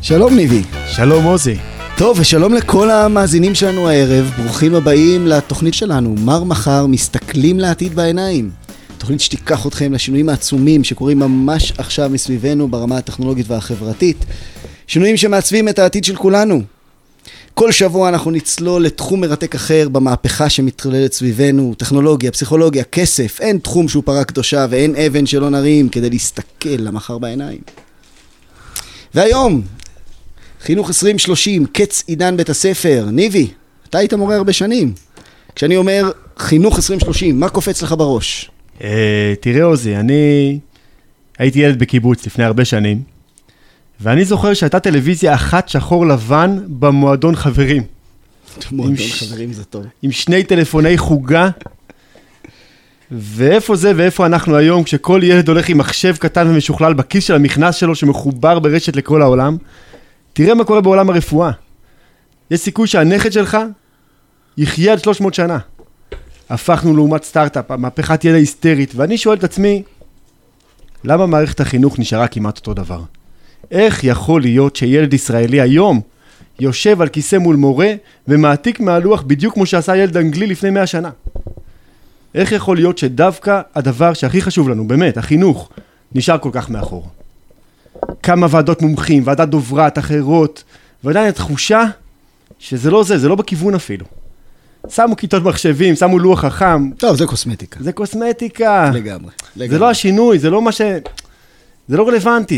שלום ניבי. שלום עוזי. טוב, ושלום לכל המאזינים שלנו הערב. ברוכים הבאים לתוכנית שלנו, מר מחר מסתכלים לעתיד בעיניים. תוכנית שתיקח אתכם לשינויים העצומים שקורים ממש עכשיו מסביבנו ברמה הטכנולוגית והחברתית. שינויים שמעצבים את העתיד של כולנו. כל שבוע אנחנו נצלול לתחום מרתק אחר במהפכה שמתחוללת סביבנו, טכנולוגיה, פסיכולוגיה, כסף. אין תחום שהוא פרה קדושה ואין אבן שלא נרים כדי להסתכל למחר בעיניים. והיום, חינוך 2030, קץ עידן בית הספר. ניבי, אתה היית מורה הרבה שנים. כשאני אומר חינוך 2030, מה קופץ לך בראש? תראה עוזי, אני הייתי ילד בקיבוץ לפני הרבה שנים, ואני זוכר שהייתה טלוויזיה אחת שחור לבן במועדון חברים. מועדון חברים זה טוב. עם שני טלפוני חוגה, ואיפה זה ואיפה אנחנו היום, כשכל ילד הולך עם מחשב קטן ומשוכלל בכיס של המכנס שלו שמחובר ברשת לכל העולם. תראה מה קורה בעולם הרפואה. יש סיכוי שהנכד שלך יחיה עד 300 שנה. הפכנו לעומת סטארט-אפ, מהפכת ידע היסטרית, ואני שואל את עצמי, למה מערכת החינוך נשארה כמעט אותו דבר? איך יכול להיות שילד ישראלי היום יושב על כיסא מול מורה ומעתיק מהלוח בדיוק כמו שעשה ילד אנגלי לפני 100 שנה? איך יכול להיות שדווקא הדבר שהכי חשוב לנו, באמת, החינוך, נשאר כל כך מאחור? כמה ועדות מומחים, ועדת דוברת, אחרות, ועדיין התחושה שזה לא זה לא בכיוון אפילו. שמו כיתות מחשבים, שמו לוח חכם. טוב, זה קוסמטיקה. זה קוסמטיקה. לגמרי. זה לא השינוי, זה לא מה זה לא רלוונטי.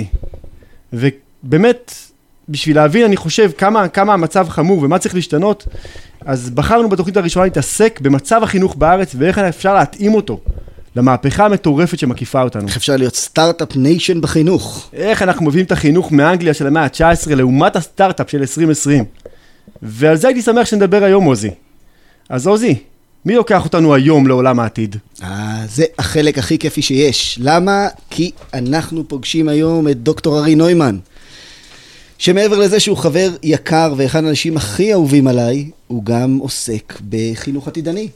ובאמת, בשביל להבין, אני חושב כמה המצב חמור ומה צריך להשתנות, אז בחרנו בתוכנית הראשונה להתעסק במצב החינוך בארץ, ואיך אפשר להתאים אותו למהפכה המטורפת שמקיפה אותנו. איך אפשר להיות סטארט-אפ ניישן בחינוך? איך אנחנו מביאים את החינוך מאנגליה של המאה ה-19 לעומת הסטארט-אפ של 2020. ועל זה הייתי שמח שנדבר היום, עוזי. אז עוזי, מי לוקח אותנו היום לעולם העתיד? זה החלק הכי כיפי שיש. למה? כי אנחנו פוגשים היום את דוקטור ארי נוימן, שמעבר לזה שהוא חבר יקר ואחד האנשים הכי אהובים עליי, הוא גם עוסק בחינוך עתידני.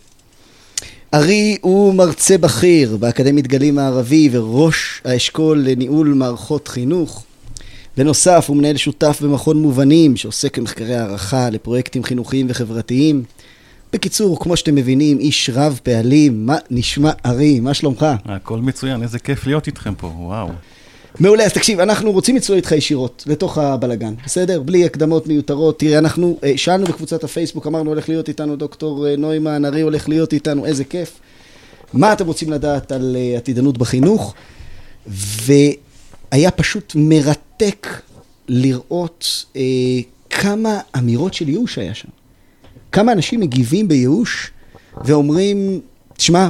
ארי הוא מרצה בכיר באקדמית גליל מערבי וראש האשכול לניהול מערכות חינוך. בנוסף, הוא מנהל שותף במכון מובנים שעוסק במחקרי הערכה לפרויקטים חינוכיים וחברתיים. בקיצור, כמו שאתם מבינים, איש רב פעלים. מה נשמע ארי? מה שלומך? הכל מצוין, איזה כיף להיות איתכם פה, וואו. מעולה, אז תקשיב, אנחנו רוצים לצלול איתך ישירות לתוך הבלגן, בסדר? בלי הקדמות מיותרות. תראה, אנחנו שאלנו בקבוצת הפייסבוק, אמרנו הולך להיות איתנו דוקטור נוימן, ארי הולך להיות איתנו, איזה כיף. מה אתם רוצים לדעת על עתידנות בחינוך? והיה פשוט מרתק לראות כמה אמירות של ייאוש היה שם. כמה אנשים מגיבים בייאוש ואומרים, תשמע,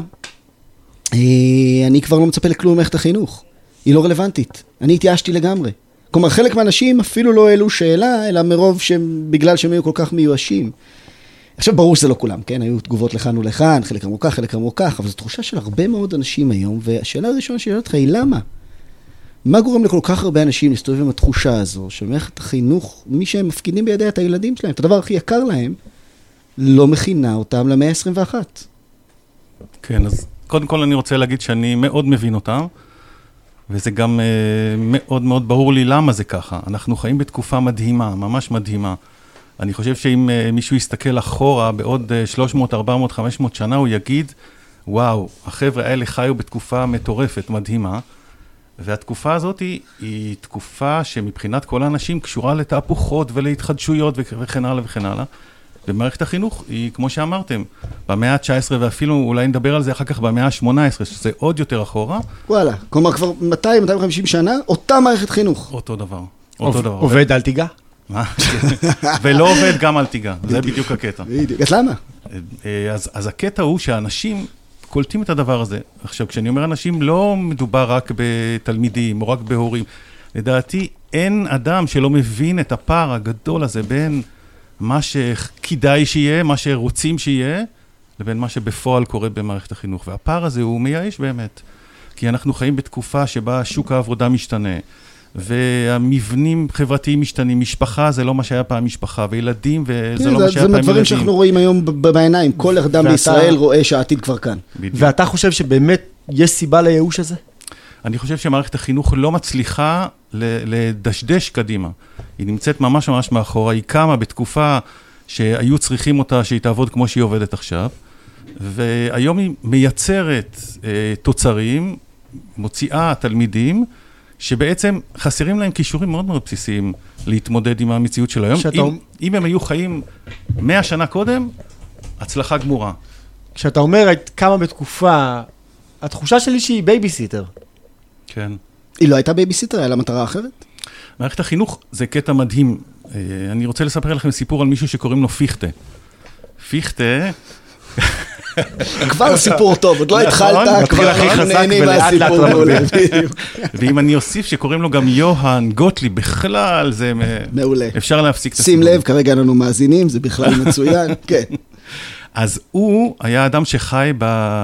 אני כבר לא מצפה לכלום במערכת החינוך. היא לא רלוונטית. אני התייאשתי לגמרי. כלומר, חלק מהאנשים אפילו לא העלו שאלה, אלא מרוב בגלל שהם היו כל כך מיואשים. עכשיו, ברור שזה לא כולם, כן? היו תגובות לכאן ולכאן, חלק אמרו כך, חלק אמרו כך, אבל זו תחושה של הרבה מאוד אנשים היום, והשאלה הראשונה שואלת אותך היא למה? מה גורם לכל כך הרבה אנשים להסתובב עם התחושה הזו, שמערכת החינוך, מי שהם מפקידים בידי את הילדים שלהם, את הדבר הכי יקר להם, לא מכינה אותם למאה ה-21. כן, אז קודם כל אני רוצה להגיד שאני מאוד מבין אותם, וזה גם מאוד מאוד ברור לי למה זה ככה. אנחנו חיים בתקופה מדהימה, ממש מדהימה. אני חושב שאם מישהו יסתכל אחורה בעוד 300, 400, 500 שנה, הוא יגיד, וואו, החבר'ה האלה חיו בתקופה מטורפת, מדהימה, והתקופה הזאת היא תקופה שמבחינת כל האנשים קשורה לתהפוכות ולהתחדשויות וכן הלאה וכן הלאה. במערכת החינוך היא, כמו שאמרתם, במאה ה-19 ואפילו אולי נדבר על זה אחר כך במאה ה-18, שזה עוד יותר אחורה. וואלה, כלומר כבר 200-250 שנה, אותה מערכת חינוך. אותו דבר. אותו דבר. עובד אל תיגע? ולא עובד גם אל תיגע, זה בדיוק הקטע. בדיוק, אז למה? אז הקטע הוא שאנשים קולטים את הדבר הזה. עכשיו, כשאני אומר אנשים, לא מדובר רק בתלמידים או רק בהורים. לדעתי, אין אדם שלא מבין את הפער הגדול הזה בין מה שכדאי שיהיה, מה שרוצים שיהיה, לבין מה שבפועל קורה במערכת החינוך. והפער הזה הוא מייאש באמת. כי אנחנו חיים בתקופה שבה שוק העבודה משתנה, והמבנים חברתיים משתנים, משפחה זה לא מה שהיה פעם משפחה, וילדים וזה לא מה שהיה פעם ילדים. זה דברים שאנחנו רואים היום בעיניים, כל אדם בישראל רואה שהעתיד כבר כאן. ואתה חושב שבאמת יש סיבה לייאוש הזה? אני חושב שמערכת החינוך לא מצליחה לדשדש קדימה. היא נמצאת ממש ממש מאחורה, היא קמה בתקופה שהיו צריכים אותה, שהיא תעבוד כמו שהיא עובדת עכשיו, והיום היא מייצרת תוצרים, מוציאה תלמידים, שבעצם חסרים להם כישורים מאוד מאוד בסיסיים להתמודד עם המציאות של היום. אם הם היו חיים 100 שנה קודם, הצלחה גמורה. כשאתה אומר כמה בתקופה, התחושה שלי שהיא בייביסיטר. כן. היא לא הייתה בייביסיטר, היה לה מטרה אחרת? מערכת החינוך זה קטע מדהים. אני רוצה לספר לכם סיפור על מישהו שקוראים לו פיכטה. פיכטה... כבר סיפור טוב, עוד לא התחלת, כבר אנחנו נהנים מהסיפור. ואם אני אוסיף שקוראים לו גם יוהאן גוטליב, בכלל זה... מעולה. אפשר להפסיק את הסיפור. שים לב, כרגע לנו מאזינים, זה בכלל מצוין, כן. אז הוא היה אדם שחי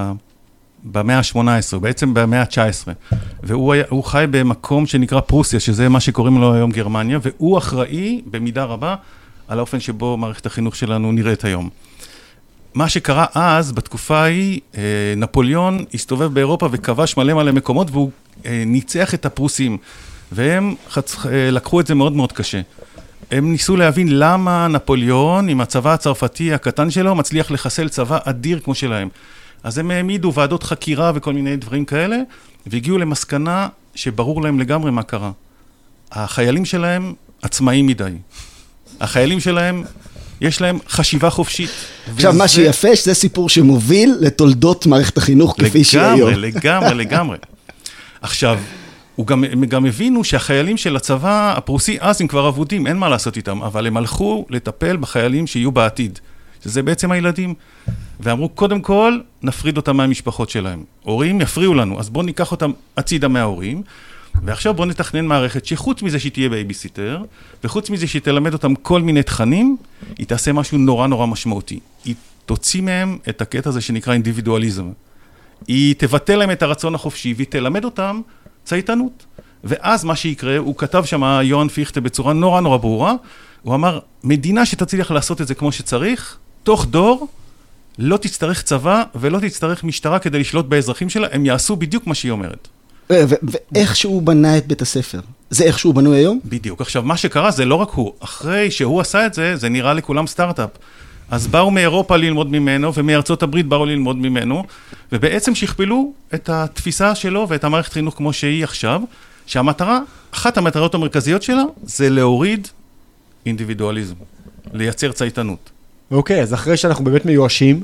במאה ה-18, בעצם במאה ה-19, והוא חי במקום שנקרא פרוסיה, שזה מה שקוראים לו היום גרמניה, והוא אחראי במידה רבה על האופן שבו מערכת החינוך שלנו נראית היום. מה שקרה אז, בתקופה ההיא, נפוליאון הסתובב באירופה וכבש מלא מלא מקומות, והוא ניצח את הפרוסים, והם לקחו את זה מאוד מאוד קשה. הם ניסו להבין למה נפוליאון, עם הצבא הצרפתי הקטן שלו, מצליח לחסל צבא אדיר כמו שלהם. אז הם העמידו ועדות חקירה וכל מיני דברים כאלה, והגיעו למסקנה שברור להם לגמרי מה קרה. החיילים שלהם עצמאיים מדי. החיילים שלהם, יש להם חשיבה חופשית. עכשיו, מה שיפה, זה סיפור שמוביל לתולדות מערכת החינוך כפי שהיא היום. לגמרי. עכשיו, הם גם הבינו שהחיילים של הצבא הפרוסי, אז הם כבר עבודים, אין מה לעשות איתם, אבל הם הלכו לטפל בחיילים שיהיו בעתיד. שזה בעצם הילדים. ואמרו, קודם כל, נפריד אותם מהמשפחות שלהם. הורים יפריעו לנו, אז בואו ניקח אותם הצידה מההורים, ועכשיו בואו נתכנן מערכת שחוץ מזה שהיא תהיה בייביסיטר, וחוץ מזה שהיא תלמד אותם כל מיני תכנים, היא תעשה משהו נורא נורא משמעותי. היא תוציא מהם את הקטע הזה שנקרא אינדיבידואליזם. היא תבטל להם את הרצון החופשי, והיא תלמד אותם צייתנות. ואז מה שיקרה, הוא כתב שם יוהאן פיכטה בצורה נורא נורא ברורה, הוא אמר, מדינה שתצליח לעשות את זה כמו שצריך, תוך דור, לא תצטרך צבא ולא תצטרך משטרה כדי לשלוט באזרחים שלה, הם יעשו בדיוק מה שהיא אומרת. ואיך שהוא בנה את בית הספר? זה איך שהוא בנוי היום? בדיוק. עכשיו, מה שקרה זה לא רק הוא. אחרי שהוא עשה את זה, זה נראה לכולם סטארט-אפ. אז באו מאירופה ללמוד ממנו, ומארצות הברית באו ללמוד ממנו, ובעצם שכפלו את התפיסה שלו ואת המערכת חינוך כמו שהיא עכשיו, שהמטרה, אחת המטרות המרכזיות שלה, זה להוריד אינדיבידואליזם, לייצר צייתנות. אוקיי, אז אחרי שאנחנו באמת מיואשים,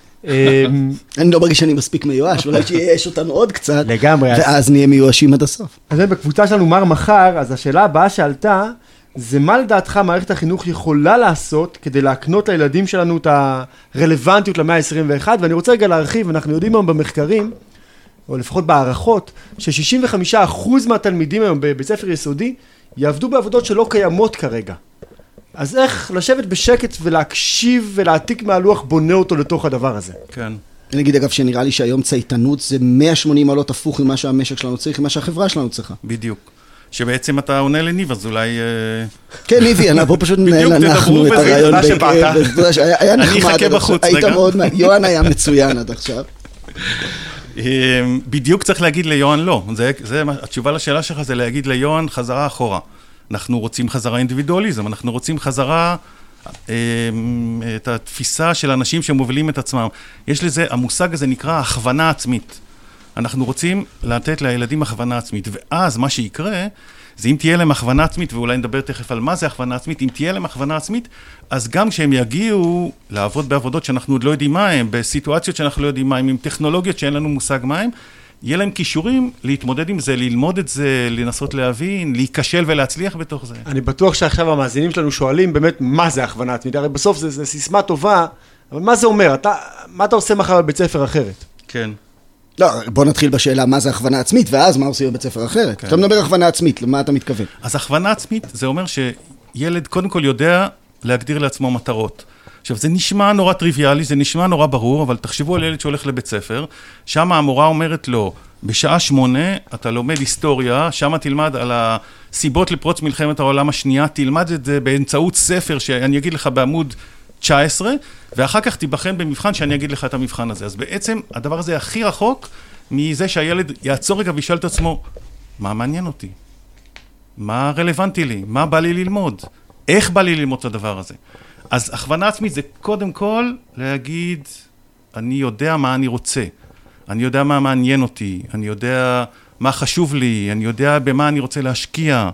אני לא מרגיש שאני מספיק מיואש, אולי שיש אותנו עוד קצת, לגמרי, ואז נהיה מיואשים עד הסוף. אז בקבוצה שלנו מר מחר, אז השאלה הבאה שעלתה, זה מה לדעתך מערכת החינוך יכולה לעשות כדי להקנות לילדים שלנו את הרלוונטיות למאה ה-21, ואני רוצה רגע להרחיב, אנחנו יודעים היום במחקרים, או לפחות בהערכות, ש65% מהתלמידים היום בבית ספר יסודי, יעבדו בעבודות שלא קיימות כרגע. אז איך לשבת בשקט ולהקשיב ולהעתיק מהלוח בונה אותו לתוך הדבר הזה? כן. אני אגיד אגב שנראה לי שהיום צייתנות זה 180 מעלות הפוך ממה שהמשק שלנו צריך, ממה שהחברה שלנו צריכה. בדיוק. שבעצם אתה עונה לניב, אז אולי... כן, ניבי, בוא פשוט ננהל אנחנו את הרעיון. היה נחמד. אני אחכה בחוץ, רגע. יוהאן היה מצוין עד עכשיו. בדיוק צריך להגיד ליוהאן לא. התשובה לשאלה שלך זה להגיד ליוהאן חזרה אחורה. אנחנו רוצים חזרה אינדיבידואליזם, אנחנו רוצים חזרה את התפיסה של אנשים שמובילים את עצמם. יש לזה, המושג הזה נקרא הכוונה עצמית. אנחנו רוצים לתת לילדים הכוונה עצמית, ואז מה שיקרה, זה אם תהיה להם הכוונה עצמית, ואולי נדבר תכף על מה זה הכוונה עצמית, אם תהיה להם הכוונה עצמית, אז גם כשהם יגיעו לעבוד בעבודות שאנחנו עוד לא יודעים מה הם, בסיטואציות שאנחנו לא יודעים מה הם, עם טכנולוגיות שאין לנו מושג מה הם, יהיה להם כישורים להתמודד עם זה, ללמוד את זה, לנסות להבין, להיכשל ולהצליח בתוך זה. אני בטוח שעכשיו המאזינים שלנו שואלים באמת מה זה הכוונה עצמית, הרי בסוף זה סיסמה טובה, אבל מה זה אומר? מה אתה עושה מחר בבית ספר אחרת? כן. לא, בוא נתחיל בשאלה מה זה הכוונה עצמית, ואז מה עושים בבית ספר אחרת. כן. אתה מדבר הכוונה עצמית, למה אתה מתכוון? אז הכוונה עצמית זה אומר שילד קודם כל יודע להגדיר לעצמו מטרות. עכשיו, זה נשמע נורא טריוויאלי, זה נשמע נורא ברור, אבל תחשבו על ילד שהולך לבית ספר, שם המורה אומרת לו, בשעה 8 אתה לומד היסטוריה, שם תלמד על הסיבות לפרוץ מלחמת העולם השנייה, תלמד את זה באמצעות ספר שאני אגיד לך בעמוד 19, ואחר כך תיבחן במבחן שאני אגיד לך את המבחן הזה. אז בעצם הדבר הזה הכי רחוק מזה שהילד יעצור רגע וישאל את עצמו, מה מעניין אותי? מה רלוונטי לי? מה בא לי ללמוד? איך בא לי ללמוד את הדבר הזה? אז הכוונה עצמית זה קודם כל להגיד, אני יודע מה אני רוצה, אני יודע מה מעניין אותי, אני יודע מה חשוב לי, אני יודע במה אני רוצה להשקיע,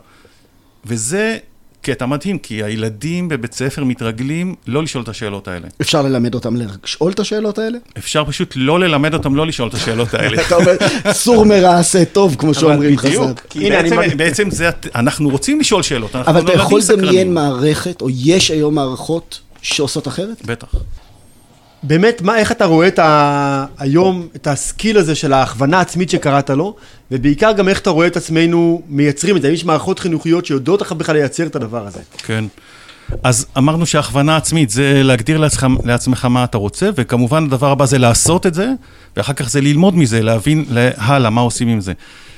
וזה קטע מדהים, כי הילדים בבית ספר מתרגלים לא לשאול את השאלות האלה. אפשר ללמד אותם לשאול את השאלות האלה? אפשר פשוט לא ללמד אותם לא לשאול את השאלות האלה. אתה אומר, סור מרע עשה טוב, כמו שאומרים חז"ל. בעצם אנחנו רוצים לשאול שאלות. אבל אתה יכול לדמיין מערכת, או יש היום מערכות שעושות אחרת? בטח. באמת, איך אתה רואה היום את הסקיל הזה של ההכוונה העצמית שקראת לו, ובעיקר גם איך אתה רואה את עצמנו מייצרים את זה? יש מערכות חינוכיות שיודעות לך בכלל לייצר את הדבר הזה. כן. אז אמרנו שההכוונה העצמית זה להגדיר לעצמך מה אתה רוצה, וכמובן הדבר הבא זה לעשות את זה, ואחר כך זה ללמוד מזה, להבין הלאה מה עושים עם זה.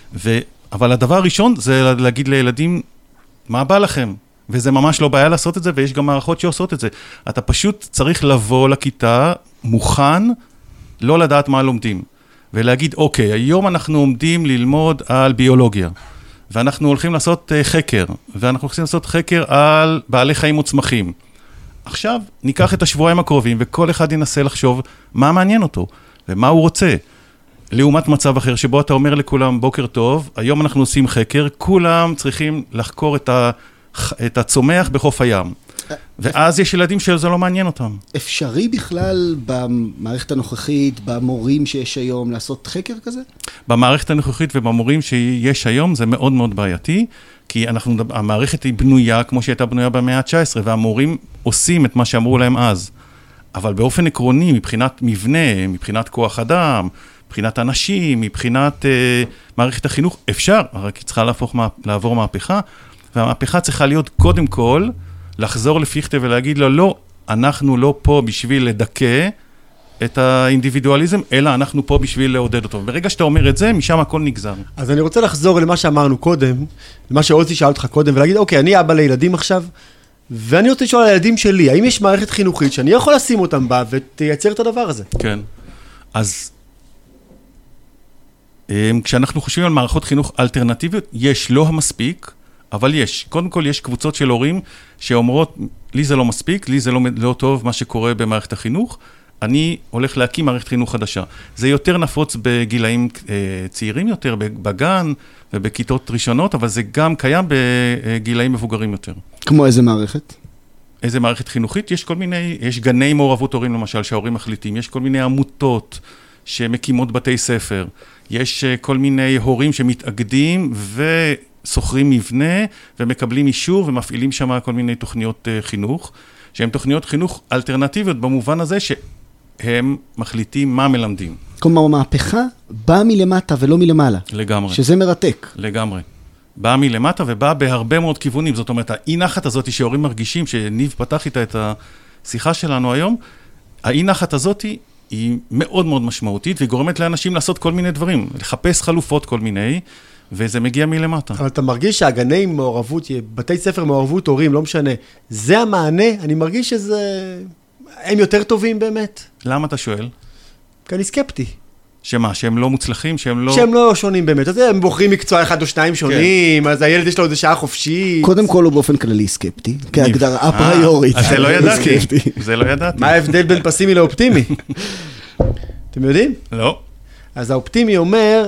אבל הדבר הראשון זה להגיד לילדים, מה בא לכם? וזה ממש לא בעיה לעשות את זה, ויש גם מערכות שעושות את זה. אתה פשוט צריך לבוא לכיתה מוכן, לא לדעת מה לומדים, ולהגיד, אוקיי, היום אנחנו עומדים ללמוד על ביולוגיה, ואנחנו הולכים לעשות חקר, ואנחנו הולכים לעשות חקר על בעלי חיים וצמחים. עכשיו ניקח את השבועיים הקרובים, וכל אחד ינסה לחשוב מה מעניין אותו, ומה הוא רוצה. לעומת מצב אחר, שבו אתה אומר לכולם, בוקר טוב, היום אנחנו עושים חקר, כולם צריכים לחקור את הצומח בחוף הים. ואז יש ילדים שזה לא מעניין אותם. אפשרי בכלל במערכת הנוכחית, במורים שיש היום, לעשות חקר כזה? במערכת הנוכחית ובמורים שיש היום זה מאוד מאוד בעייתי, כי המערכת היא בנויה כמו שהייתה בנויה במאה ה-19, והמורים עושים את מה שאמרו להם אז. אבל באופן עקרוני, מבחינת מבנה, מבחינת כוח אדם, מבחינת אנשים, מבחינת מערכת החינוך, אפשר, רק היא צריכה לעבור מהפכה, והמהפכה צריכה להיות קודם כל, לחזור לפיכטה ולהגיד לו, לא, אנחנו לא פה בשביל לדכא את האינדיבידואליזם, אלא אנחנו פה בשביל לעודד אותו. ברגע שאתה אומר את זה, משם הכל נגזר. אז אני רוצה לחזור למה שאמרנו קודם, למה שעוזי שאל אותך קודם, ולהגיד, אוקיי, אני אבא לילדים עכשיו, ואני רוצה לשאול על הילדים שלי, האם יש מערכת חינוכית שאני יכול לשים אותם בה ותייצר את הדבר הזה? כן. אז כשאנחנו חושבים על מערכות חינוך אלטרנטיביות, יש לא המספיק, אבל יש. קודם כל יש קבוצות של הורים שאומרות, לי זה לא מספיק, לי זה לא טוב מה שקורה במערכת החינוך, אני הולך להקים מערכת חינוך חדשה. זה יותר נפוץ בגילאים צעירים יותר, בגן ובכיתות ראשונות, אבל זה גם קיים בגילאים מבוגרים יותר. כמו איזה מערכת? איזה מערכת חינוכית? יש כל מיני, יש גני מעורבות הורים למשל, שההורים מחליטים, יש כל מיני עמותות שמקימות בתי ספר, יש כל מיני הורים שמתאגדים וסוחרים מבנה ומקבלים אישור ומפעילים שם כל מיני תוכניות חינוך, שהן תוכניות חינוך אלטרנטיביות במובן הזה שהם מחליטים מה מלמדים. כלומר, מהפכה באה מלמטה ולא מלמעלה. לגמרי. שזה מרתק. לגמרי. באה מלמטה ובאה בהרבה מאוד כיוונים. זאת אומרת, האי נחת הזאת שהורים מרגישים, שניב פתח איתה את השיחה שלנו היום, האי נחת הזאת היא מאוד מאוד משמעותית, והיא גורמת לאנשים לעשות כל מיני דברים, לחפש חלופות כל מיני, וזה מגיע מלמטה. אבל אתה מרגיש שהגני מעורבות, בתי ספר מעורבות הורים, לא משנה, זה המענה? אני מרגיש שזה... הם יותר טובים באמת? למה אתה שואל? כי אני סקפטי. שמה, שהם לא מוצלחים, שהם לא שונים באמת. אז הם בוחרים מקצוע אחד או שניים שונים, אז הילד יש לו איזה שעה חופשית. קודם כל הוא באופן כללי סקפטי, כהגדרה אפריורית. אז זה לא ידעתי. זה לא ידעתי. מה ההבדל בין פסימי לאופטימי? אתם יודעים? לא. אז האופטימי אומר,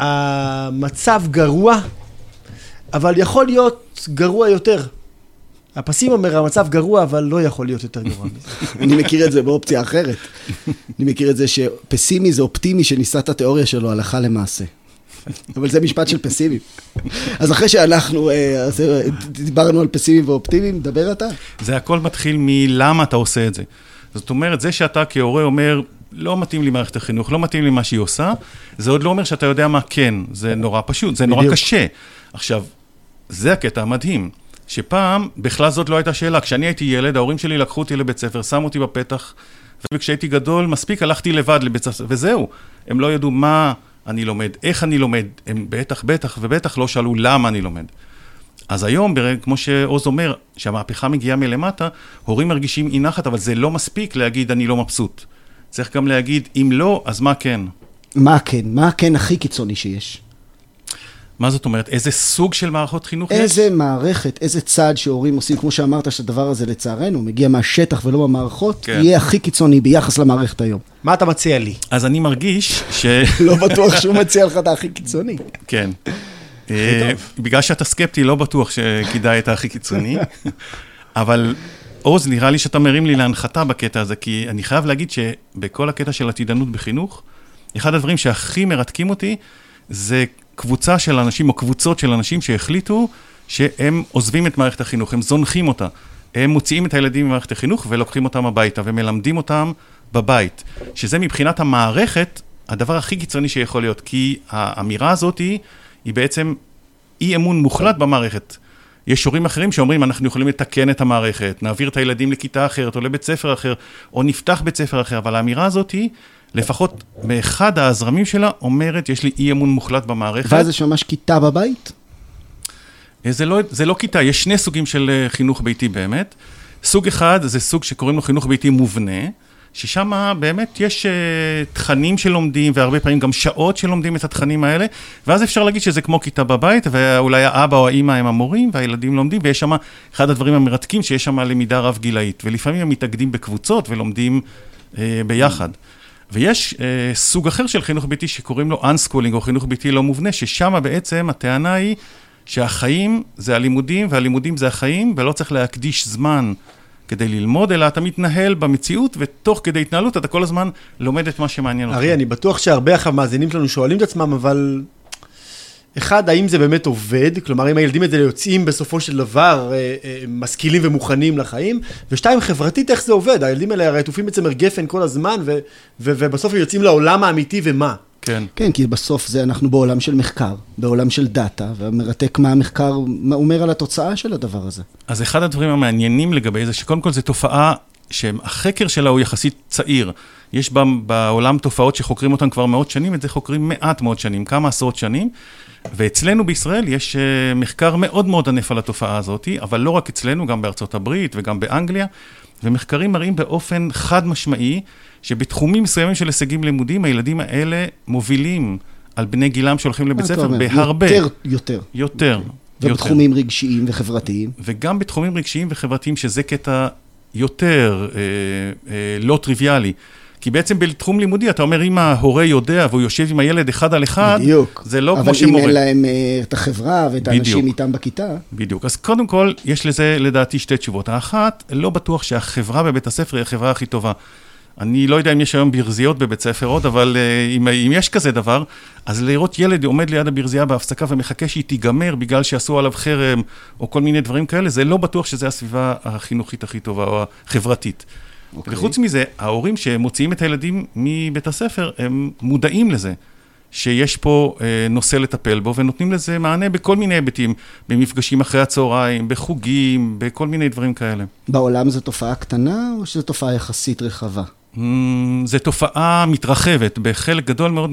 המצב גרוע, אבל יכול להיות גרוע יותר. הפסימי אומר, המצב גרוע, אבל לא יכול להיות יותר גרוע. אני מכיר את זה באופציה אחרת. אני מכיר את זה שפסימי זה אופטימי שניסה את התיאוריה שלו הלכה למעשה. אבל זה משפט של פסימי. אז אחרי שאנחנו דיברנו על פסימיים ואופטימיים, דבר אתה. זה הכל מתחיל מלמה אתה עושה את זה. זאת אומרת, זה שאתה כהורה אומר, לא מתאים לי מערכת החינוך, לא מתאים לי מה שהיא עושה, זה עוד לא אומר שאתה יודע מה כן, זה נורא פשוט, זה נורא קשה. עכשיו, זה הקטע המדהים, שפעם בכלל זאת לא הייתה שאלה. כשאני הייתי ילד, ההורים שלי לקחו אותי לבית ספר, שמו אותי בפתח, וכשהייתי גדול, מספיק הלכתי לבד לבית ספר, וזהו. הם לא ידעו מה אני לומד, איך אני לומד, הם בטח לא שאלו למה אני לומד. אז היום, כמו שעוז אומר, שהמהפכה מגיעה מלמטה, הורים מרגישים אי נחת, אבל זה לא מספיק להגיד אני לא מבסוט. צריך גם להגיד, אם לא, אז מה כן? מה כן? מה כן הכי קיצוני שיש? מה זאת אומרת? איזה סוג של מערכות חינוך יש? איזה מערכת, איזה צעד שהורים עושים, כמו שאמרת שהדבר הזה לצערנו, מגיע מהשטח ולא מהמערכות, כן. יהיה הכי קיצוני ביחס למערכת היום. מה אתה מציע לי? אז אני מרגיש לא בטוח שהוא מציע לך את הכי קיצוני. כן. בגלל שאתה סקפטי, לא בטוח שכדאי את הכי קיצוני. אבל עוז, נראה לי שאתה מרים לי להנחתה בקטע הזה, כי אני חייב להגיד שבכל הקטע של עתידנות בחינוך, אחד הדברים שהכי מרתקים אותי, זה קבוצה של אנשים או קבוצות של אנשים שהחליטו שהם עוזבים את מערכת החינוך, הם זונחים אותה. הם מוציאים את הילדים ממערכת החינוך ולוקחים אותם הביתה ומלמדים אותם בבית. שזה מבחינת המערכת, הדבר הכי קיצוני שיכול להיות, כי האמירה הזאת היא בעצם אי אמון מוחלט במערכת. יש הורים אחרים שאומרים, אנחנו יכולים לתקן את המערכת, נעביר את הילדים לכיתה אחרת או לבית ספר אחר, או נפתח בית ספר אחר, אבל האמירה הזאת היא, לפחות באחד הזרמים שלה, אומרת, יש לי אי אמון מוחלט במערכת. ואז יש ממש כיתה בבית? זה לא כיתה, יש שני סוגים של חינוך ביתי באמת. סוג אחד, זה סוג שקוראים לו חינוך ביתי מובנה, ששם באמת יש תכנים שלומדים, והרבה פעמים גם שעות שלומדים את התכנים האלה, ואז אפשר להגיד שזה כמו כיתה בבית, ואולי האבא או האמא הם המורים, והילדים לומדים, ויש שם אחד הדברים המרתקים, שיש שם למידה רב גילאית, ולפעמים הם מתאגדים בקבוצות ולומדים ביחד. ויש סוג אחר של חינוך ביתי שקוראים לו unschooling, או חינוך ביתי לא מובנה, ששם בעצם הטענה היא שהחיים זה הלימודים, והלימודים זה החיים, ולא צריך להקדיש זמן כדי ללמוד, אלא אתה מתנהל במציאות, ותוך כדי התנהלות אתה כל הזמן לומד את מה שמעניין אותך. ארי, אני בטוח שהרבה המאזינים שלנו שואלים את עצמם, אבל אחד, האם זה באמת עובד? כלומר, אם הילדים את זה יוצאים בסופו של דבר משכילים ומוכנים לחיים, ושתיים, חברתית, איך זה עובד? הילדים האלה הרי עטופים בצמר גפן כל הזמן, ובסוף הם יוצאים לעולם האמיתי ומה? כן. כן, כי בסוף זה אנחנו בעולם של מחקר, בעולם של דאטה, והמרתק מה המחקר אומר על התוצאה של הדבר הזה. אז אחד הדברים המעניינים לגבי זה, שקודם כל זו תופעה שהחקר שלה הוא יחסית צעיר. יש בעולם תופעות שחוקרים אותן כבר מאות שנים, את זה חוקרים מעט מאוד שנים, כמה עשרות שנים, ואצלנו בישראל יש מחקר מאוד מאוד ענף על התופעה הזאת, אבל לא רק אצלנו, גם בארצות הברית וגם באנגליה, ומחקרים מראים באופן חד משמעי, שבתחומים מסוימים של הישגים לימודים, הילדים האלה מובילים על בני גילם שהולכים לבית ספר בהרבה. יותר. ובתחומים רגשיים וחברתיים. וגם בתחומים רגשיים וחברתיים, שזה קטע יותר לא טריוויאלי. כי בעצם בתחום לימודי, אתה אומר, אם ההורה יודע והוא יושב עם הילד אחד על אחד, בדיוק. זה לא כמו שמורה. אבל אם אין להם את החברה ואת האנשים איתם בכיתה. בדיוק. אז קודם כל, יש לזה לדעתי שתי תשובות. האחת, לא בטוח שהחברה בבית הספר היא החברה הכי טובה. אני לא יודע אם יש היום ברזיות בבית ספר עוד, אבל אם יש כזה דבר, אז לראות ילד עומד ליד הברזייה בהפסקה ומחכה שהיא תיגמר בגלל שעשו עליו חרם או כל מיני דברים כאלה, זה לא בטוח שזה הסביבה החינוכית הכי טובה או החברתית. וחוץ מזה, ההורים שמוציאים את הילדים מבית הספר, הם מודעים לזה, שיש פה נושא לטפל בו, ונותנים לזה מענה בכל מיני היבטים, במפגשים אחרי הצהריים, בחוגים, בכל מיני דברים כאלה. בעולם זו תופעה קטנה, או שזו תופעה יחסית רחבה? זו תופעה מתרחבת, בחלק גדול מאוד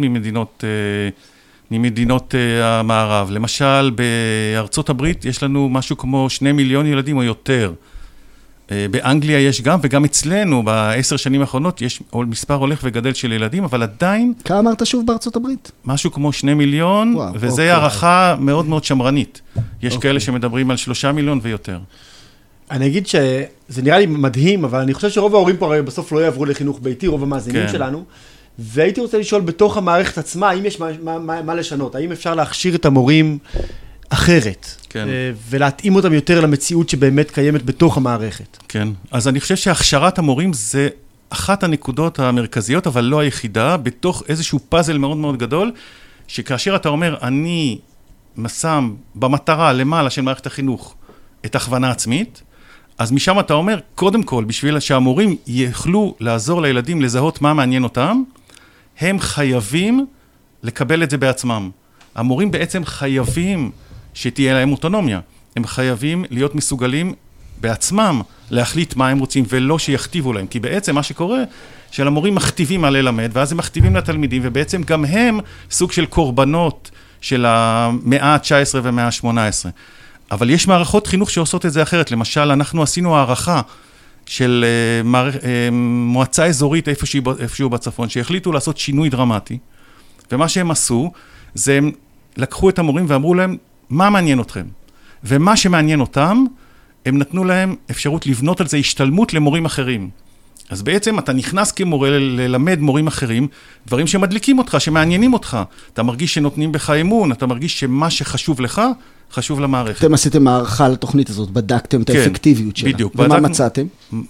ממדינות המערב. למשל, בארצות הברית יש לנו משהו כמו 2 מיליון ילדים או יותר. באנגליה יש גם, וגם אצלנו, ב10 שנים האחרונות, יש מספר הולך וגדל של ילדים, אבל עדיין... כמה אמרת שוב בארצות הברית? משהו כמו 2 מיליון, וזה הערכה מאוד מאוד שמרנית. יש כאלה שמדברים על 3 מיליון ויותר. אני אגיד שזה נראה לי מדהים, אבל אני חושב שרוב ההורים פה הרי בסוף לא יעברו לחינוך ביתי, רוב המאזינים שלנו, והייתי רוצה לשאול בתוך המערכת עצמה, האם יש מה לשנות? האם אפשר להכשיר את המורים אחרת? כן. ולהתאים אותם יותר למציאות שבאמת קיימת בתוך המערכת. כן. אז אני חושב שהכשרת המורים זה אחת הנקודות המרכזיות, אבל לא היחידה, בתוך איזשהו פאזל מאוד מאוד גדול, שכאשר אתה אומר, אני שם במטרה למעלה של מערכת החינוך את הכוונה עצמית, אז משם אתה אומר, קודם כל, בשביל שהמורים יוכלו לעזור לילדים לזהות מה מעניין אותם, הם חייבים לקבל את זה בעצמם. המורים בעצם חייבים שתהיה להם אוטונומיה. הם חייבים להיות מסוגלים בעצמם להחליט מה הם רוצים, ולא שיכתיבו להם. כי בעצם מה שקורה, שהמורים מכתיבים על ללמד, ואז הם מכתיבים לתלמידים, ובעצם גם הם סוג של קורבנות של המאה ה-19 והמאה ה-18. אבל יש מערכות חינוך שעושות את זה אחרת. למשל, אנחנו עשינו הערכה של מועצה אזורית איפשהו בצפון, שהחליטו לעשות שינוי דרמטי, ומה שהם עשו, זה הם לקחו את המורים ואמרו להם, מה מעניין אתכם? ומה שמעניין אותם, הם נתנו להם אפשרות לבנות על זה השתלמות למורים אחרים. אז בעצם אתה נכנס כמורה ללמד מורים אחרים, דברים שמדליקים אותך, שמעניינים אותך. אתה מרגיש שנותנים בך אמון, אתה מרגיש שמה שחשוב לך, חשוב למערכת. אתם עשיתם הערכה לתוכנית הזאת, בדקתם את האפקטיביות שלה. בדיוק. ומה מצאתם?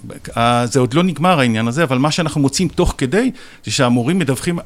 זה עוד לא נגמר העניין הזה, אבל מה שאנחנו מוצאים תוך כדי, זה שהמורים מדווחים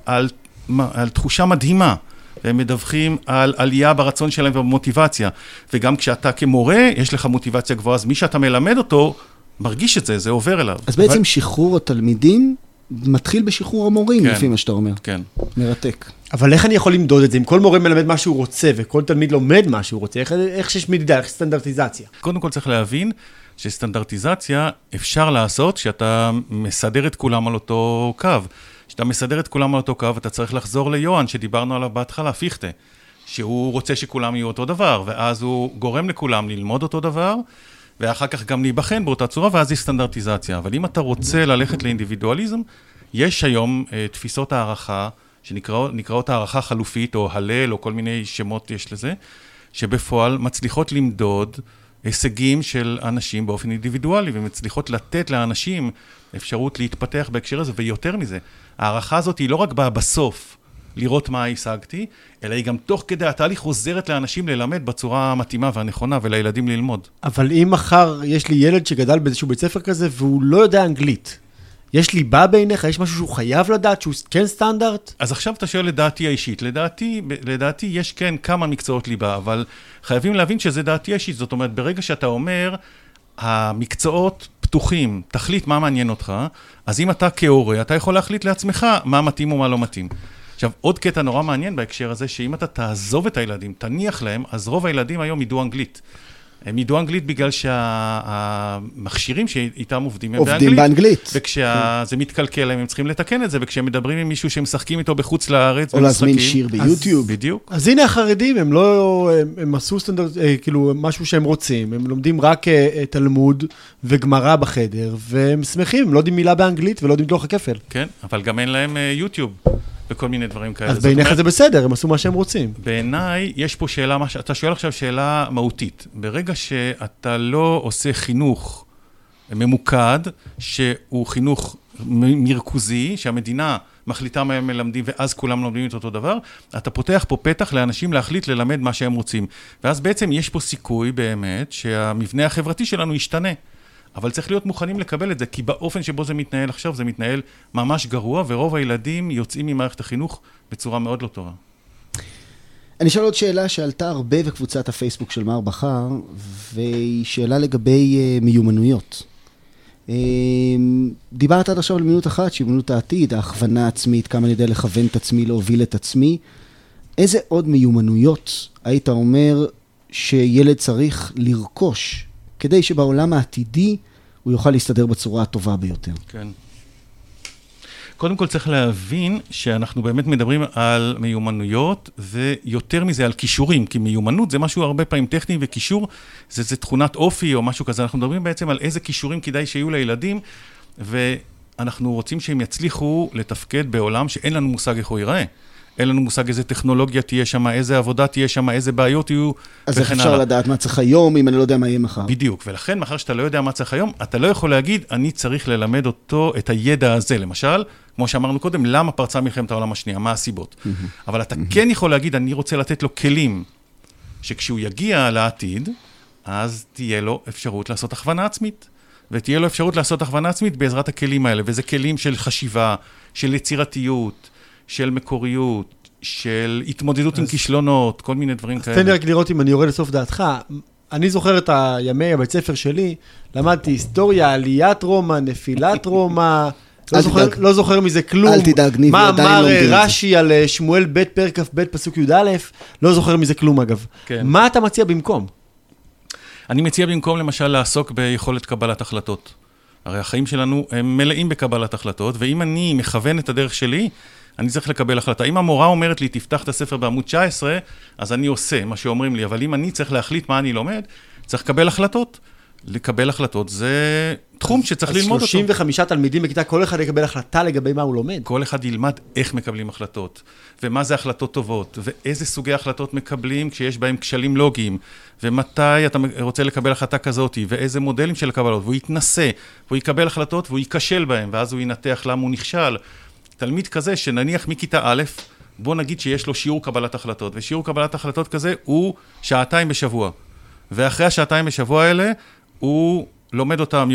על תחושה מדהימה. והם מדווחים על עלייה ברצון שלהם ובמוטיבציה. וגם כשאתה כמורה, יש לך מוטיבציה גבוהה, אז מי שאתה מלמד אותו, מרגיש את זה, זה עובר אליו. אז בעצם שחרור התלמידים מתחיל בשחרור המורים, לפי מה שאתה אומר. כן. מרתק. אבל איך אני יכול למדוד את זה? אם כל מורה מלמד מה שהוא רוצה, וכל תלמיד לומד מה שהוא רוצה, איך שיש מדידה, איך סטנדרטיזציה? קודם כל צריך להבין שסטנדרטיזציה אפשר לעשות כשאתה מסדר את כולם על אותו קו. כשאתה מסדר את כולם על אותו קו, אתה צריך לחזור ליוהאן, שדיברנו עליו בהתחלה, פיכטה, שהוא רוצה שכולם יהיו אותו דבר, ואז הוא גורם לכולם ללמוד אותו דבר, ואחר כך גם להיבחן באותה צורה, ואז יש סטנדרטיזציה. אבל אם אתה רוצה ללכת לאינדיבידואליזם, יש היום תפיסות הערכה, שנקראות הערכה חלופית, או הלל, או כל מיני שמות יש לזה, שבפועל מצליחות למדוד הישגים של אנשים באופן אינדיבידואלי, ומצליחות לתת לאנשים אפשרות להתפתח בהקשר הזה, ויותר מזה, הערכה הזאת היא לא רק באה בסוף, לראות מה השגתי, אלא היא גם תוך כדי התהליך עוזרת לאנשים ללמד בצורה המתאימה והנכונה, ולילדים ללמוד. אבל אם מחר יש לי ילד שגדל באיזשהו בית ספר כזה, והוא לא יודע אנגלית, יש לי בא בעיניך, יש משהו שהוא חייב לדעת, שהוא כן סטנדרט? אז עכשיו אתה שואל לדעתי האישית. לדעתי יש כן כמה מקצועות ליבה, אבל חייבים להבין שזה דעתי האישית. זאת אומרת, ברגע שאתה אומר, המקצועות פתוחים, תחליט מה מעניין אותך, אז אם אתה כהורה, אתה יכול להחליט לעצמך מה מתאים ומה לא מתאים. עכשיו, עוד קטע נורא מעניין בהקשר הזה, שאם אתה תעזוב את הילדים, תניח להם, אז רוב הילדים היום ידעו אנגלית. הם ידעו אנגלית בגלל שהמכשירים שאיתם עובדים הם עובדים באנגלית. וכשזה מתקלקל להם, הם צריכים לתקן את זה, וכשהם מדברים עם מישהו שהם משחקים איתו בחוץ לארץ, או להזמין שיר ביוטיוב. בדיוק. אז הנה החרדים, הם עשו סטנדרט, כאילו משהו שהם רוצים, הם לומדים רק תלמוד וגמרא בחדר, והם שמחים, הם לא יודעים מילה באנגלית ולא יודעים דוח הכפל. כן, אבל גם אין להם יוטיוב. וכל מיני דברים כאלה. אז בעיניך זה בסדר, הם עשו מה שהם רוצים. בעיניי, יש פה שאלה, אתה שואל עכשיו שאלה מהותית. ברגע שאתה לא עושה חינוך ממוקד, שהוא חינוך מרכוזי, שהמדינה מחליטה מה הם מלמדים, ואז כולם לומדים את אותו דבר, אתה פותח פה פתח לאנשים להחליט ללמד מה שהם רוצים. ואז בעצם יש פה סיכוי באמת, שהמבנה החברתי שלנו ישתנה. אבל צריך להיות מוכנים לקבל את זה, כי באופן שבו זה מתנהל עכשיו, זה מתנהל ממש גרוע, ורוב הילדים יוצאים ממערכת החינוך בצורה מאוד לא טובה. אני שואל עוד שאלה שעלתה הרבה בקבוצת הפייסבוק של מר בחר, והיא שאלה לגבי מיומנויות. דיברת עד עכשיו על מיומנות אחת, שהיא מיומנות העתיד, ההכוונה עצמית, כמה אני יודע לכוון את עצמי, להוביל את עצמי. איזה עוד מיומנויות היית אומר שילד צריך לרכוש, כדי שבעולם העתידי הוא יוכל להסתדר בצורה הטובה ביותר? כן. קודם כל צריך להבין שאנחנו באמת מדברים על מיומנויות, ויותר מזה על כישורים, כי מיומנות זה משהו הרבה פעמים טכני, וכישור זה תכונת אופי או משהו כזה. אנחנו מדברים בעצם על איזה כישורים כדאי שיהיו לילדים, ואנחנו רוצים שהם יצליחו לתפקד בעולם שאין לנו מושג איך הוא ייראה. אין לנו מושג איזה טכנולוגיה תהיה שם, איזה עבודה תהיה שם, איזה בעיות יהיו. אז איך אפשר לדעת מה צריך היום, אם אני לא יודע מה יהיה מחר? בדיוק, ולכן מחר שאתה לא יודע מה צריך היום, אתה לא יכול להגיד, אני צריך ללמד אותו את הידע הזה. למשל, כמו שאמרנו קודם, למה פרצה מלחמת העולם השנייה, מה הסיבות? אבל אתה כן יכול להגיד, אני רוצה לתת לו כלים, שכשהוא יגיע לעתיד, אז תהיה לו אפשרות לעשות הכוונה עצמית. ותהיה לו אפשרות לעשות הכוונה עצמית בעזרת הכלים האלה, וזה כלים של חשיבה, של יצירתיות, של מקוריות, של התמודדות עם כישלונות, כל מיני דברים כאלה. תן לי רק לראות אם אני יורד לסוף דעתך. אני זוכר את הימי הבית ספר שלי, למדתי היסטוריה, עליית רומא, נפילת רומא, לא זוכר מזה כלום. אל תדאג, ניבי, מה עדיין אמר לומדים את זה. רש"י על שמואל ב' פרק כ"ב פסוק י"א, לא זוכר מזה כלום אגב. כן. מה אתה מציע במקום? אני מציע במקום למשל לעסוק ביכולת קבלת החלטות. הרי החיים שלנו הם מלאים בקבלת החלטות, ואם אני מכוון את הדרך שלי, אני צריך לקבל החלטה. אם המורה אומרת לי, תפתח את הספר בעמוד 19, אז אני עושה מה שאומרים לי, אבל אם אני צריך להחליט מה אני לומד, צריך לקבל החלטות. לקבל החלטות, זה תחום שצריך ללמוד אותו. 35 תלמידים בכיתה, כל אחד יקבל החלטה לגבי מה הוא לומד. כל אחד ילמד איך מקבלים החלטות, ומה זה החלטות טובות, ואיזה סוגי החלטות מקבלים כשיש בהם כשלים לוגיים, ומתי אתה רוצה לקבל החלטה כזאת, ואיזה מודלים של הקבלות, והוא יתנסה, והוא יקבל החלטות, והוא ייכשל בהם, ואז הוא ינתח למה הוא נכשל. תלמיד כזה שנניח מכיתה א', בוא נגיד שיש לו שיעור קבלת החלטות, ושיעור קבלת החלטות כזה הוא 2 שעות בשבוע. ואחרי 2 שעות בשבוע האלה, הוא לומד אותם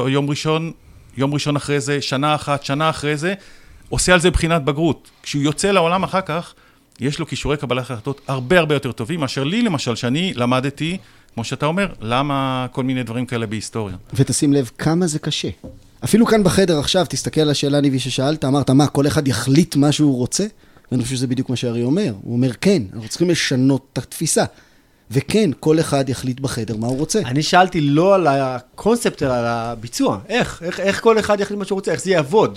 יום ראשון אחרי זה, שנה אחרי זה, עושה על זה בחינת בגרות. כשהוא יוצא לעולם אחר כך, יש לו כישורי קבלת החלטות הרבה יותר טובים, מאשר לי למשל, שאני למדתי, כמו שאתה אומר, למה כל מיני דברים כאלה בהיסטוריה. ותשים לב כמה זה קשה. אפילו כאן בחדר עכשיו, תסתכל על השאלה ניבי ששאלת, אמרת, מה, כל אחד יחליט מה שהוא רוצה? ואני חושב שזה בדיוק מה שארי אומר. הוא אומר, כן, אנחנו צריכים לשנות את התפיסה. וכן, כל אחד יחליט בחדר מה הוא רוצה. אני שאלתי לא על הקונספט, אלא על הביצוע. איך כל אחד יחליט מה שהוא רוצה? איך זה יעבוד?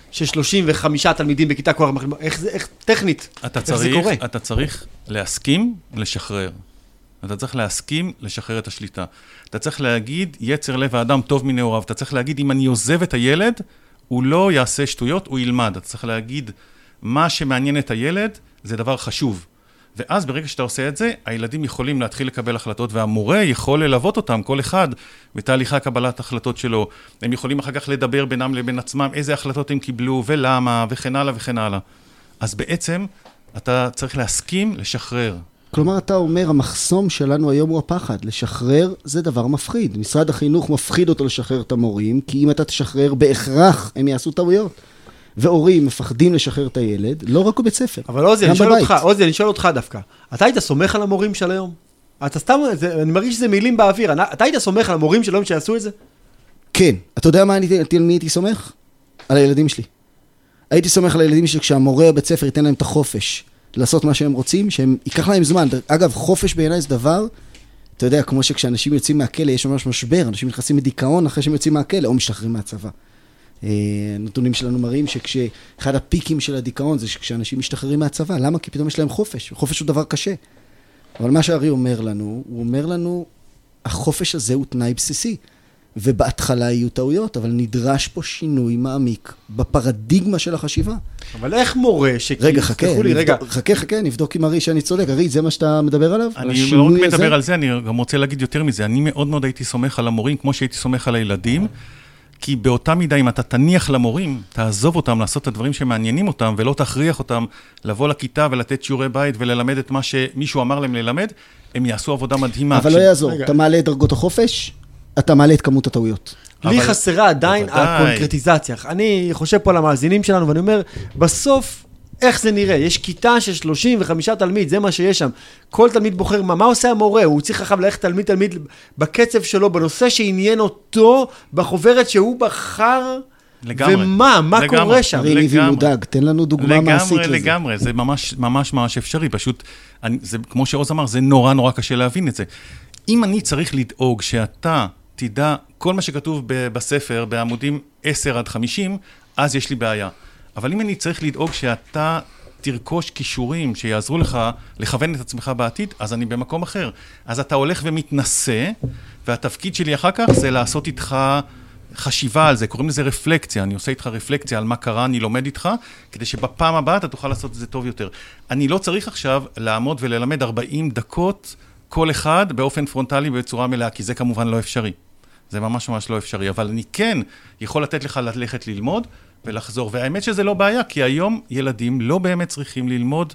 ש35 תלמידים בכיתה כל כך, איך טכנית, איך זה קורה? אתה צריך להסכים לשחרר. אתה צריך להסכים לשחרר את השליטה. אתה צריך להגיד, יצר לב האדם טוב מנעוריו. אתה צריך להגיד, אם אני עוזב את הילד, הוא לא יעשה שטויות, הוא ילמד. אתה צריך להגיד, מה שמעניין את הילד, זה דבר חשוב. ואז ברגע שאתה עושה את זה, הילדים יכולים להתחיל לקבל החלטות, והמורה יכול ללוות אותם, כל אחד, בתהליכי הקבלת החלטות שלו. הם יכולים אחר כך לדבר בינם לבין עצמם, איזה החלטות הם קיבלו, ולמה, וכן הלאה וכן הלאה. אז בעצם, אתה צריך להסכים לשחרר. כלומר, אתה אומר, המחסום שלנו היום הוא הפחד. לשחרר זה דבר מפחיד. משרד החינוך מפחיד אותו לשחרר את המורים, כי אם אתה תשחרר, בהכרח הם יעשו טעויות. והורים מפחדים לשחרר את הילד, לא רק בבית ספר. אבל עוזי, אני שואל אותך דווקא. אתה היית סומך על המורים של היום? אתה סתם, אני מרגיש שזה מילים באוויר. אתה היית סומך על המורים של היום שיעשו את זה? כן. אתה יודע מה מי הייתי סומך? על הילדים שלי. הייתי סומך על הילדים שכשהמורה בבית ספר ייתן להם את החופש לעשות מה שהם רוצים, שהם ייקח להם זמן. אגב, חופש בעיניי זה דבר, אתה יודע, כמו שכשאנשים יוצאים מהכלא, יש ממש משבר, אנשים נכנסים לדיכאון אחרי שהם יוצאים מהכלא, או משתחררים מהצבא. הנתונים שלנו מראים שכשאחד הפיקים של הדיכאון זה כשאנשים משתחררים מהצבא. למה? כי פתאום יש להם חופש. חופש הוא דבר קשה. אבל מה שארי אומר לנו, הוא אומר לנו, החופש הזה הוא תנאי בסיסי. ובהתחלה יהיו טעויות, אבל נדרש פה שינוי מעמיק בפרדיגמה של החשיבה. אבל איך מורה רגע, חכה, נבדוק עם ארי שאני צודק. ארי, זה מה שאתה מדבר עליו? אני לא רק מדבר על זה, אני גם רוצה להגיד יותר מזה. אני מאוד מאוד הייתי סומך על המורים, כמו שהייתי סומך על הילדים, כי באותה מידה, אם אתה תניח למורים, תעזוב אותם לעשות את הדברים שמעניינים אותם, ולא תכריח אותם לבוא לכיתה ולתת שיעורי בית וללמד את מה שמישהו אמר להם ללמד, הם יעשו עבודה מדהימה. אבל לא יעזור, אתה מעלה את דרגות החופש, אתה מעלה את כמות הטעויות. לי חסרה עדיין הקונקרטיזציה. אני חושב פה על המאזינים שלנו, ואני אומר, בסוף, איך זה נראה? יש כיתה של 35 תלמיד, זה מה שיש שם. כל תלמיד בוחר, מה עושה המורה? הוא צריך אחר ללכת תלמיד בקצב שלו, בנושא שעניין אותו, בחוברת שהוא בחר, ומה? מה קורה שם? הרי ניבי מודאג, תן לנו דוגמה מעשית לזה. לגמרי, זה ממש אפשרי, פשוט, כמו שעוז אמר, זה נורא קשה להבין את זה. אם אני צריך לדאוג שאתה תדע כל מה שכתוב בספר, בעמודים 10 עד 50, אז יש לי בעיה. אבל אם אני צריך לדאוג שאתה תרכוש כישורים שיעזרו לך לכוון את עצמך בעתיד, אז אני במקום אחר. אז אתה הולך ומתנסה, והתפקיד שלי אחר כך זה לעשות איתך חשיבה על זה, קוראים לזה רפלקציה, אני עושה איתך רפלקציה על מה קרה, אני לומד איתך, כדי שבפעם הבאה אתה תוכל לעשות את זה טוב יותר. אני לא צריך עכשיו לעמוד וללמד 40 דקות כל אחד באופן פרונטלי בצורה מלאה, כי זה כמובן לא אפשרי. זה ממש לא אפשרי, אבל אני כן יכול לתת לך ללכת ללמוד ולחזור. והאמת שזה לא בעיה, כי היום ילדים לא באמת צריכים ללמוד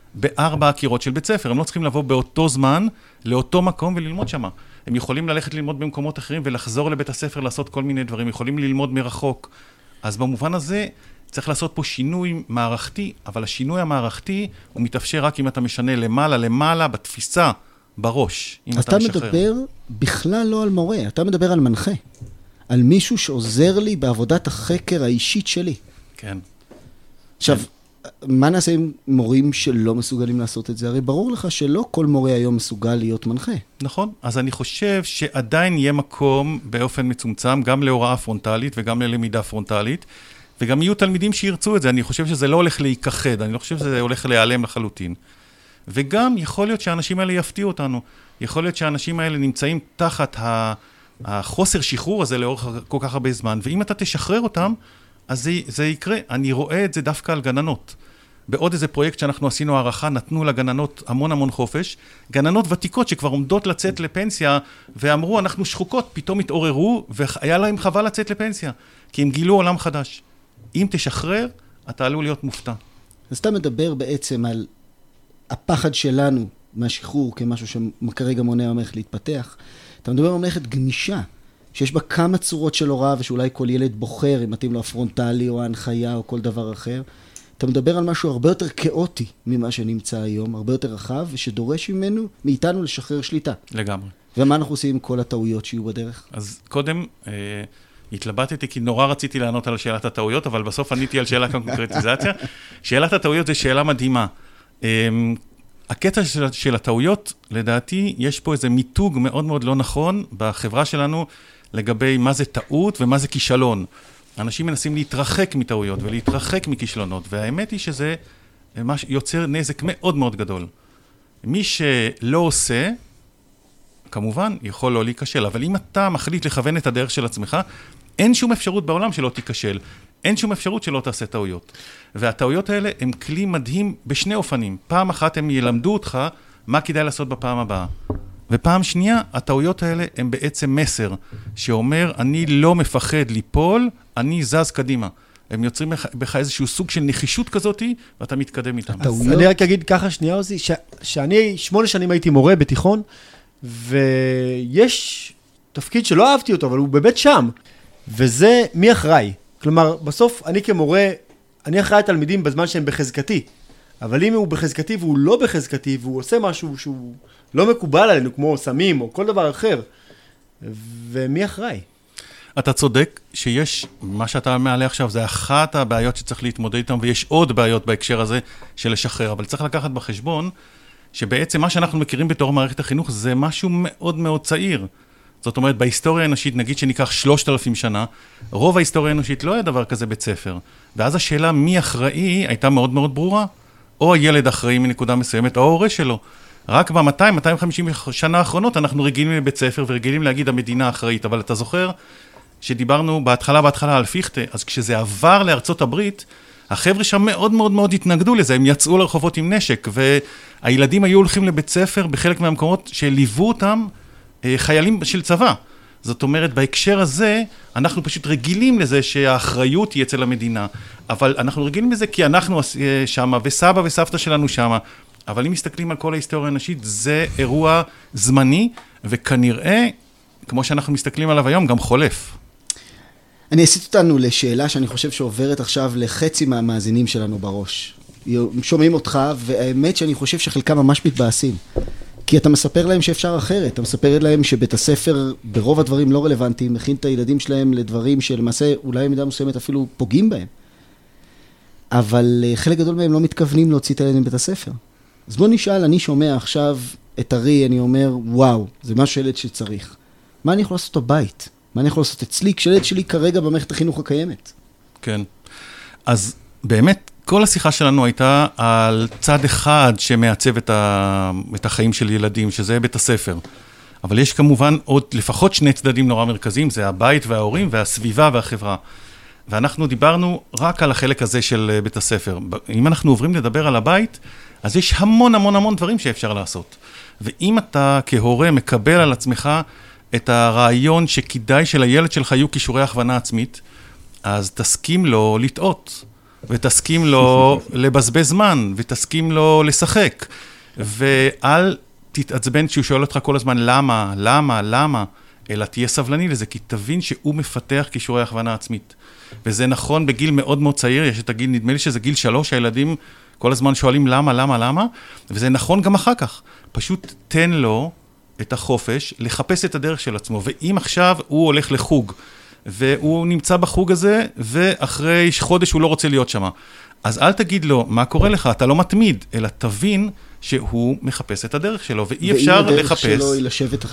ב4 הקירות של בית ספר. הם לא צריכים לבוא באותו זמן, לאותו מקום וללמוד שמה. הם יכולים ללכת ללמוד במקומות אחרים ולחזור לבית הספר לעשות כל מיני דברים. יכולים ללמוד מרחוק. אז במובן הזה צריך לעשות פה שינוי מערכתי, אבל השינוי המערכתי הוא מתאפשר רק אם אתה משנה למעלה בתפיסה, בראש. אתה מדבר בכלל לא על מורה, אתה מדבר על מנחה. על מישהו שעוזר לי בעבודת החקר האישית שלי. כן. עכשיו, מה נעשה עם מורים שלא מסוגלים לעשות את זה? הרי ברור לך שלא כל מורה היום מסוגל להיות מנחה. נכון. אז אני חושב שעדיין יהיה מקום באופן מצומצם, גם להוראה פרונטלית וגם ללמידה פרונטלית, וגם יהיו תלמידים שירצו את זה. אני חושב שזה לא הולך להיכחד, אני לא חושב שזה הולך להיעלם לחלוטין. וגם יכול להיות שהאנשים האלה יפתיעו אותנו. יכול להיות שהאנשים האלה נמצאים תחת החוסר שחרור הזה לאורך כל כך הרבה זמן, ואם אתה תשחרר אותם, אז זה יקרה. אני רואה את זה דווקא על גננות. בעוד איזה פרויקט שאנחנו עשינו הערכה, נתנו לגננות המון חופש, גננות ותיקות שכבר עומדות לצאת לפנסיה, ואמרו, אנחנו שחוקות, פתאום התעוררו, והיה להם חבל לצאת לפנסיה, כי הם גילו עולם חדש. אם תשחרר, אתה עלול להיות מופתע. אז אתה מדבר בעצם על הפחד שלנו מהשחרור כמשהו שכרגע מונע ממך להתפתח. אתה מדבר על ממלכת גמישה, שיש בה כמה צורות של הוראה, ושאולי כל ילד בוחר, אם מתאים לו הפרונטלי או ההנחיה או כל דבר אחר. אתה מדבר על משהו הרבה יותר כאוטי ממה שנמצא היום, הרבה יותר רחב, ושדורש מאיתנו לשחרר שליטה. לגמרי. ומה אנחנו עושים עם כל הטעויות שיהיו בדרך? אז קודם, התלבטתי כי נורא רציתי לענות על שאלת הטעויות, אבל בסוף עניתי על שאלת הקונקרטיזציה. שאלת הטעויות זה שאלה מדהימה. הקטע של הטעויות, לדעתי, יש פה איזה מיתוג מאוד מאוד לא נכון בחברה שלנו, לגבי מה זה טעות ומה זה כישלון. אנשים מנסים להתרחק מטעויות ולהתרחק מכישלונות, והאמת היא שזה יוצר נזק מאוד מאוד גדול. מי שלא עושה, כמובן, יכול לא להיכשל, אבל אם אתה מחליט לכוון את הדרך של עצמך, אין שום אפשרות בעולם שלא תיכשל. אין שום אפשרות שלא תעשה טעויות. והטעויות האלה הם כלי מדהים בשני אופנים. פעם אחת הם ילמדו אותך מה כדאי לעשות בפעם הבאה. ופעם שנייה, הטעויות האלה הם בעצם מסר שאומר, אני לא מפחד ליפול, אני זז קדימה. הם יוצרים בך איזשהו סוג של נחישות כזאת, ואתה מתקדם איתם. אז אני רק אגיד ככה שנייה, עוזי, שאני 8 שנים הייתי מורה בתיכון, ויש תפקיד שלא אהבתי אותו, אבל הוא באמת שם, וזה מי אחראי. כלומר, בסוף אני כמורה, אני אחראי תלמידים בזמן שהם בחזקתי, אבל אם הוא בחזקתי והוא לא בחזקתי, והוא עושה משהו שהוא לא מקובל עלינו, כמו סמים או כל דבר אחר, ומי אחראי? אתה צודק שיש, מה שאתה מעלה עכשיו, זה אחת הבעיות שצריך להתמודד איתן, ויש עוד בעיות בהקשר הזה של לשחרר, אבל צריך לקחת בחשבון, שבעצם מה שאנחנו מכירים בתור מערכת החינוך, זה משהו מאוד מאוד צעיר. זאת אומרת, בהיסטוריה האנושית, נגיד שניקח 3,000 שנה, רוב ההיסטוריה האנושית לא היה דבר כזה בית ספר. ואז השאלה מי אחראי הייתה מאוד מאוד ברורה. או הילד אחראי מנקודה מסוימת, או ההורה שלו. רק ב-200-250 שנה האחרונות אנחנו רגילים לבית ספר, ורגילים להגיד המדינה אחראית. אבל אתה זוכר שדיברנו בהתחלה על פיכטה, אז כשזה עבר לארצות הברית, החבר'ה שם מאוד מאוד מאוד התנגדו לזה, הם יצאו לרחובות עם נשק, והילדים היו הולכים לבית ספר בחלק מהמקומות שליוו אותם חיילים של צבא. זאת אומרת, בהקשר הזה, אנחנו פשוט רגילים לזה שהאחריות היא אצל המדינה, אבל אנחנו רגילים לזה כי אנחנו שם, וסבא וסבתא שלנו שם, אבל אם מסתכלים על כל ההיסטוריה האנושית, זה אירוע זמני, וכנראה, כמו שאנחנו מסתכלים עליו היום, גם חולף. אני אעשית אותנו לשאלה שאני חושב שעוברת עכשיו לחצי מהמאזינים שלנו בראש. שומעים אותך, והאמת שאני חושב שחלקם ממש מתבאסים. כי אתה מספר להם שאפשר אחרת, אתה מספר להם שבית הספר ברוב הדברים לא רלוונטיים, מכין את הילדים שלהם לדברים שלמעשה אולי במידה מסוימת אפילו פוגעים בהם. אבל חלק גדול מהם לא מתכוונים להוציא את הילדים מבית הספר. אז בוא נשאל, אני שומע עכשיו את ארי, אני אומר, וואו, זה משהו ילד שצריך. מה אני יכול לעשות בבית? מה אני יכול לעשות אצלי, כשילד שלי כרגע במערכת החינוך הקיימת? כן. אז באמת, כל השיחה שלנו הייתה על צד אחד שמעצב את החיים של ילדים, שזה בית הספר. אבל יש כמובן עוד לפחות 2 צדדים נורא מרכזיים, זה הבית וההורים והסביבה והחברה. ואנחנו דיברנו רק על החלק הזה של בית הספר. אם אנחנו עוברים לדבר על הבית, אז יש המון המון המון דברים שאפשר לעשות. ואם אתה כהורה מקבל על עצמך את הרעיון שכדאי שלילד שלך יהיו כישורי הכוונה עצמית, אז תסכים לו לטעות. ותסכים לו לבזבז זמן, ותסכים לו לשחק. ואל תתעצבן שהוא שואל אותך כל הזמן למה, אלא תהיה סבלני לזה, כי תבין שהוא מפתח כישורי הכוונה עצמית. וזה נכון בגיל מאוד מאוד צעיר, יש את הגיל, נדמה לי שזה גיל 3, הילדים כל הזמן שואלים למה, וזה נכון גם אחר כך. פשוט תן לו את החופש לחפש את הדרך של עצמו, ואם עכשיו הוא הולך לחוג, והוא נמצא בחוג הזה, ואחרי חודש הוא לא רוצה להיות שם. אז אל תגיד לו, מה קורה לך? אתה לא מתמיד, אלא תבין שהוא מחפש את הדרך שלו, ואי אפשר לחפש. ואם הדרך שלו היא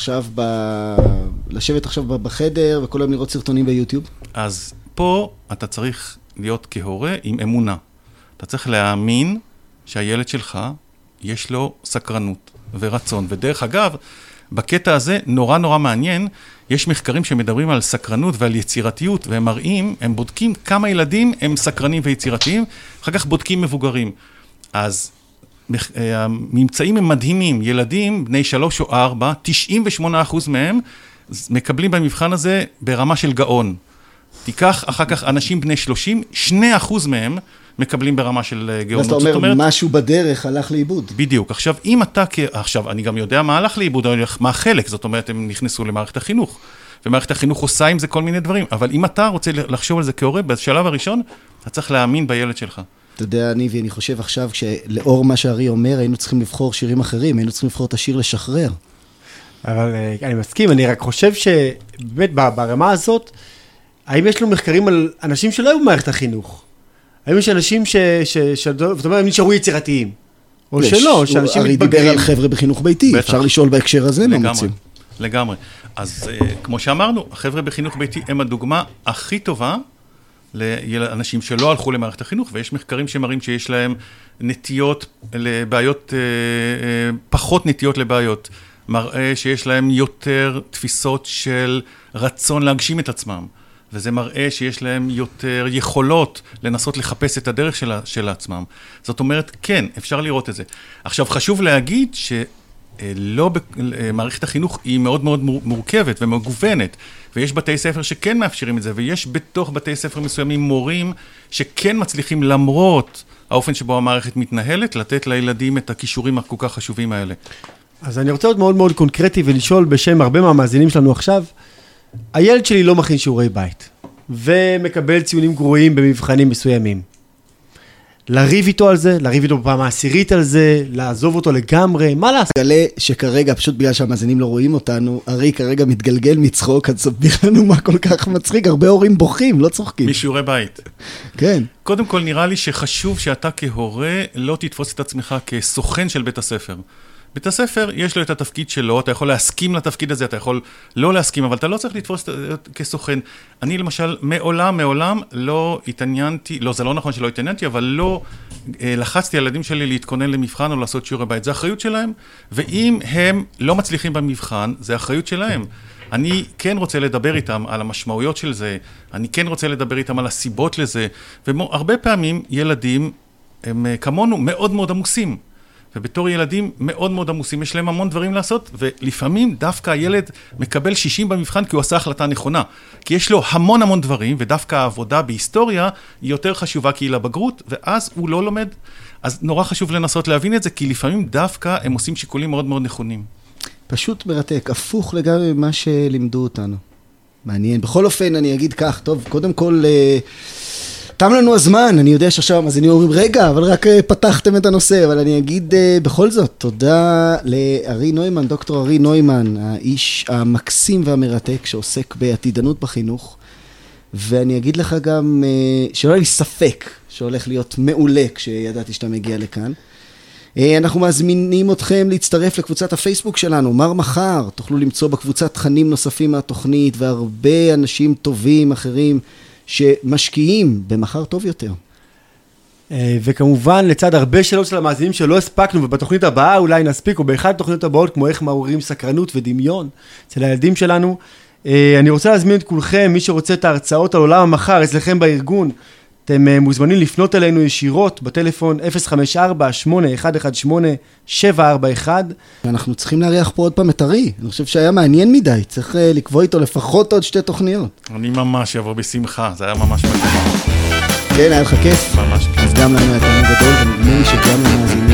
לשבת עכשיו בחדר, וכל היום לראות סרטונים ביוטיוב? אז פה אתה צריך להיות כהורה עם אמונה. אתה צריך להאמין שהילד שלך יש לו סקרנות ורצון. ודרך אגב, בקטע הזה נורא נורא מעניין, יש מחקרים שמדברים על סקרנות ועל יצירתיות, והם מראים, הם בודקים כמה ילדים הם סקרנים ויצירתיים, אחר כך בודקים מבוגרים. אז הממצאים הם מדהימים, ילדים בני 3 או 4, 98% מהם מקבלים במבחן הזה ברמה של גאון. תיקח אחר כך אנשים בני 30, 2% מהם מקבלים ברמה של גאונות. אז אתה אומר, משהו בדרך הלך לאיבוד. בדיוק. עכשיו, אם אתה, עכשיו, אני גם יודע מה הלך לאיבוד, מה החלק, זאת אומרת, הם נכנסו למערכת החינוך, ומערכת החינוך עושה עם זה כל מיני דברים, אבל אם אתה רוצה לחשוב על זה כהורה, בשלב הראשון, אתה צריך להאמין בילד שלך. אתה יודע, אני חושב עכשיו, שלאור מה שארי אומר, היינו צריכים לבחור שירים אחרים, היינו צריכים לבחור את השיר לשחרר. אבל אני מסכים, אני רק חושב שבאמת ברמה הזאת, האם יש לנו מחקרים על אנשים שלא היו במערכת החינוך? האם יש אנשים זאת אומרת, הם נשארו יצירתיים? או שלא, שאנשים מתבגרים? הרי דיבר על חבר'ה בחינוך ביתי, אפשר לשאול בהקשר הזה מה מוצאים. לגמרי. אז כמו שאמרנו, החבר'ה בחינוך ביתי הם הדוגמה הכי טובה לאנשים שלא הלכו למערכת החינוך, ויש מחקרים שמראים שיש להם נטיות לבעיות, פחות נטיות לבעיות. מראה שיש להם יותר תפיסות של רצון להגשים את עצמם. וזה מראה שיש להם יותר יכולות לנסות לחפש את הדרך של עצמם. זאת אומרת, כן, אפשר לראות את זה. עכשיו, חשוב להגיד שלא, מערכת החינוך היא מאוד מאוד מורכבת ומגוונת, ויש בתי ספר שכן מאפשרים את זה, ויש בתוך בתי ספר מסוימים מורים שכן מצליחים למרות האופן שבו המערכת מתנהלת, לתת לילדים את הכישורים הכל כך חשובים האלה. אז אני רוצה להיות מאוד מאוד קונקרטי ולשאול בשם הרבה מהמאזינים שלנו עכשיו, הילד שלי לא מכין שיעורי בית, ומקבל ציונים גרועים במבחנים מסוימים. לריב איתו על זה, לריב איתו בפעם העשירית על זה, לעזוב אותו לגמרי, מה לעשות? גלה שכרגע, פשוט בגלל שהמאזינים לא רואים אותנו, ארי כרגע מתגלגל מצחוק, אז סביר לנו מה כל כך מצחיק, הרבה הורים בוכים, לא צוחקים. משיעורי בית. כן. קודם כל נראה לי שחשוב שאתה כהורה לא תתפוס את עצמך כסוכן של בית הספר. בית הספר יש לו את התפקיד שלו, אתה יכול להסכים לתפקיד הזה, אתה יכול לא להסכים, אבל אתה לא צריך לתפוס כסוכן. אני למשל מעולם לא התעניינתי, לא, זה לא נכון שלא התעניינתי, אבל לא לחצתי על ילדים שלי להתכונן למבחן או לעשות שיעורי בית. זה אחריות שלהם, ואם הם לא מצליחים במבחן, זה אחריות שלהם. אני כן רוצה לדבר איתם על המשמעויות של זה, אני כן רוצה לדבר איתם על הסיבות לזה, והרבה פעמים ילדים הם כמונו מאוד מאוד עמוסים. ובתור ילדים מאוד מאוד עמוסים, יש להם המון דברים לעשות, ולפעמים דווקא הילד מקבל 60 במבחן כי הוא עשה החלטה נכונה. כי יש לו המון דברים, ודווקא העבודה בהיסטוריה היא יותר חשובה כי היא לבגרות, ואז הוא לא לומד. אז נורא חשוב לנסות להבין את זה, כי לפעמים דווקא הם עושים שיקולים מאוד מאוד נכונים. פשוט מרתק, הפוך לגמרי ממה שלימדו אותנו. מעניין. בכל אופן, אני אגיד כך, טוב, קודם כל, תם לנו הזמן, אני יודע שעכשיו המאזינים אומרים, רגע, אבל רק פתחתם את הנושא, אבל אני אגיד בכל זאת, תודה לארי נוימן, דוקטור ארי נוימן, האיש המקסים והמרתק שעוסק בעתידנות בחינוך, ואני אגיד לך גם שלא היה לי ספק שהולך להיות מעולה כשידעתי שאתה מגיע לכאן. אנחנו מזמינים אתכם להצטרף לקבוצת הפייסבוק שלנו, מר מחר, תוכלו למצוא בקבוצת תכנים נוספים מהתוכנית, והרבה אנשים טובים אחרים שמשקיעים במחר טוב יותר. וכמובן, לצד הרבה שאלות של המאזינים שלא הספקנו, ובתוכנית הבאה אולי נספיק, או באחד התוכניות הבאות, כמו איך מעוררים סקרנות ודמיון אצל הילדים שלנו, אני רוצה להזמין את כולכם, מי שרוצה את ההרצאות על עולם המחר, אצלכם בארגון, אתם מוזמנים לפנות אלינו ישירות בטלפון 054-8118-741. אנחנו צריכים להריח פה עוד פעם את ארי. אני חושב שהיה מעניין מדי. צריך לקבוע איתו לפחות עוד 2 תוכניות. אני ממש אבוא בשמחה. זה היה ממש מדהים. כן, היה לך כיף. ממש כיף. אז גם לנו היה תענוג גדול, ונדמה לי שגם למאזינים